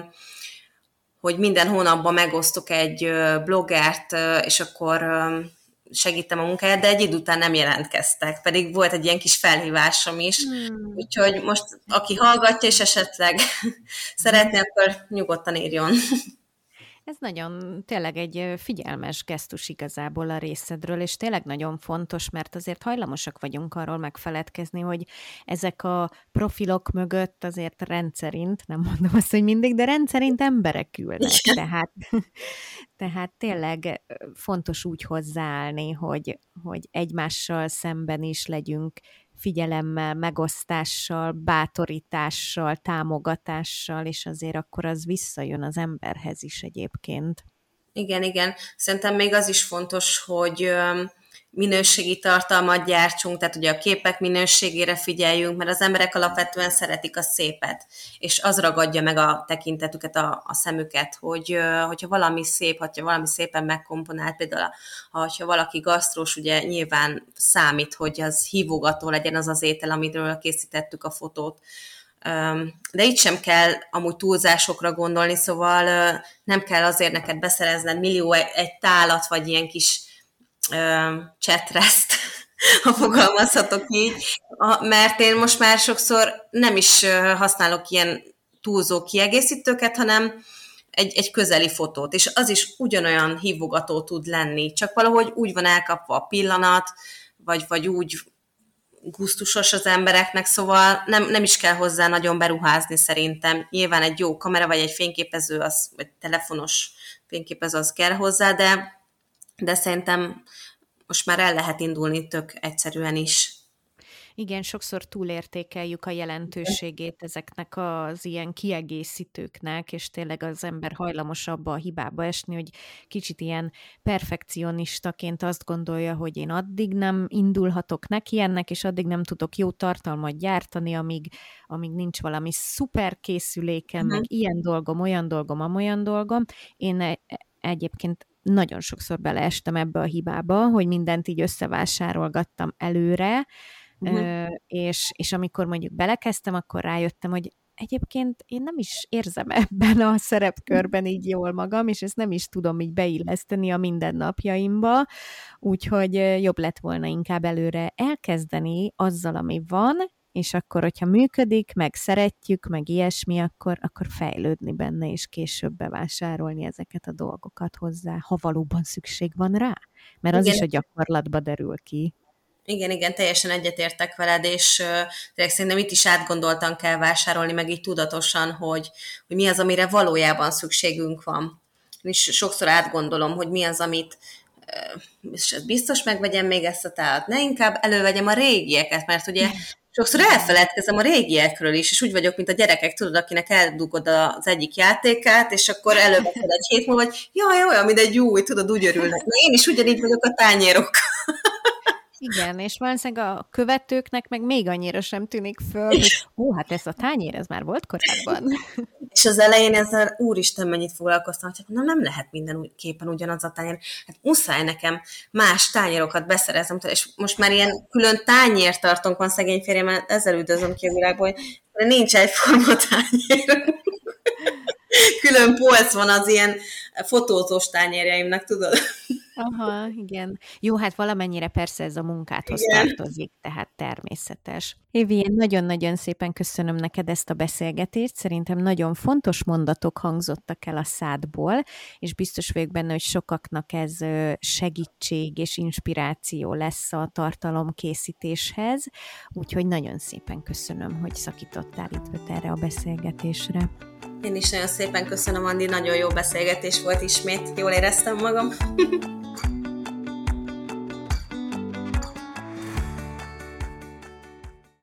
Speaker 1: hogy minden hónapban megosztok egy ö, bloggert, ö, és akkor ö, segítem a munkáját, de egy idő után nem jelentkeztek, pedig volt egy ilyen kis felhívásom is. Hmm. Úgyhogy most, aki hallgatja, és esetleg szeretné, akkor nyugodtan írjon.
Speaker 2: Ez nagyon tényleg egy figyelmes gesztus igazából a részedről, és tényleg nagyon fontos, mert azért hajlamosak vagyunk arról megfeledkezni, hogy ezek a profilok mögött azért rendszerint, nem mondom azt, hogy mindig, de rendszerint emberek ülnek. Tehát, tehát tényleg fontos úgy hozzáállni, hogy, hogy egymással szemben is legyünk figyelemmel, megosztással, bátorítással, támogatással, és azért akkor az visszajön az emberhez is egyébként.
Speaker 1: Igen, igen. Szerintem még az is fontos, hogy minőségi tartalmat gyártsunk, tehát ugye a képek minőségére figyeljünk, mert az emberek alapvetően szeretik a szépet, és az ragadja meg a tekintetüket, a, a szemüket, hogy hogyha valami szép, hogyha valami szépen megkomponált, például ha valaki gasztrós, ugye nyilván számít, hogy az hívogató legyen az az étel, amiről készítettük a fotót. De itt sem kell amúgy túlzásokra gondolni, szóval nem kell azért neked beszerezned millió egy tálat, vagy ilyen kis chatreszt, ha fogalmazhatok így, mert én most már sokszor nem is használok ilyen túlzó kiegészítőket, hanem egy, egy közeli fotót, és az is ugyanolyan hívogató tud lenni, csak valahogy úgy van elkapva a pillanat, vagy, vagy úgy gusztusos az embereknek, szóval nem, nem is kell hozzá nagyon beruházni szerintem. Nyilván egy jó kamera, vagy egy fényképező, az, vagy telefonos fényképező az kell hozzá, de de szerintem most már el lehet indulni tök egyszerűen is.
Speaker 2: Igen, sokszor túlértékeljük a jelentőségét ezeknek az ilyen kiegészítőknek, és tényleg az ember hajlamos abba a hibába esni, hogy kicsit ilyen perfekcionistaként azt gondolja, hogy én addig nem indulhatok neki ennek, és addig nem tudok jó tartalmat gyártani, amíg, amíg nincs valami szuper készülékem, uh-huh. meg ilyen dolgom, olyan dolgom, amolyan dolgom. Én egyébként nagyon sokszor beleestem ebbe a hibába, hogy mindent így összevásárolgattam előre, uh-huh. és, és amikor mondjuk belekezdtem, akkor rájöttem, hogy egyébként én nem is érzem ebben a szerepkörben így jól magam, és ezt nem is tudom így beilleszteni a mindennapjaimba, úgyhogy jobb lett volna inkább előre elkezdeni azzal, ami van, és akkor, hogyha működik, meg szeretjük, meg ilyesmi, akkor, akkor fejlődni benne, és később bevásárolni ezeket a dolgokat hozzá, ha valóban szükség van rá. Mert az igen. is a gyakorlatba derül ki.
Speaker 1: Igen, igen, teljesen egyetértek veled, és uh, tényleg szerintem itt is átgondoltan kell vásárolni, meg így tudatosan, hogy, hogy mi az, amire valójában szükségünk van. És sokszor átgondolom, hogy mi az, amit uh, biztos megvegyem még ezt a tálat. Ne inkább elővegyem a régieket, mert ugye sokszor elfeledkezem a régiekről is, és úgy vagyok, mint a gyerekek, tudod, akinek eldugod az egyik játékát, és akkor előveszed egy hét múlva, hogy jaj, olyan, mint egy új, tudod, úgy örülnek. Na, én is ugyanígy vagyok a tányérokkal.
Speaker 2: Igen, és valószínűleg a követőknek meg még annyira sem tűnik föl, hogy ó, hát ez a tányér, ez már volt korábban.
Speaker 1: És az elején ezzel úristen mennyit foglalkoztam, hogy na, nem lehet minden képen ugyanaz a tányér. Hát muszáj nekem más tányérokat beszereznem, és most már ilyen külön tányértartónk van szegény férjem, ezzel üldözöm ki a világból, hogy nincs egyforma tányér. Külön polc van az ilyen fotózós tányérjaimnak, tudod?
Speaker 2: Aha, igen. Jó, hát valamennyire persze ez a munkádhoz igen. tartozik, tehát természetes. Évi, én nagyon-nagyon szépen köszönöm neked ezt a beszélgetést. Szerintem nagyon fontos mondatok hangzottak el a szádból, és biztos vagyok benne, hogy sokaknak ez segítség és inspiráció lesz a tartalomkészítéshez. Úgyhogy nagyon szépen köszönöm, hogy szakítottál itt erre a beszélgetésre.
Speaker 1: Én is nagyon szépen köszönöm, Andi, nagyon jó beszélgetés volt ismét, jól éreztem magam.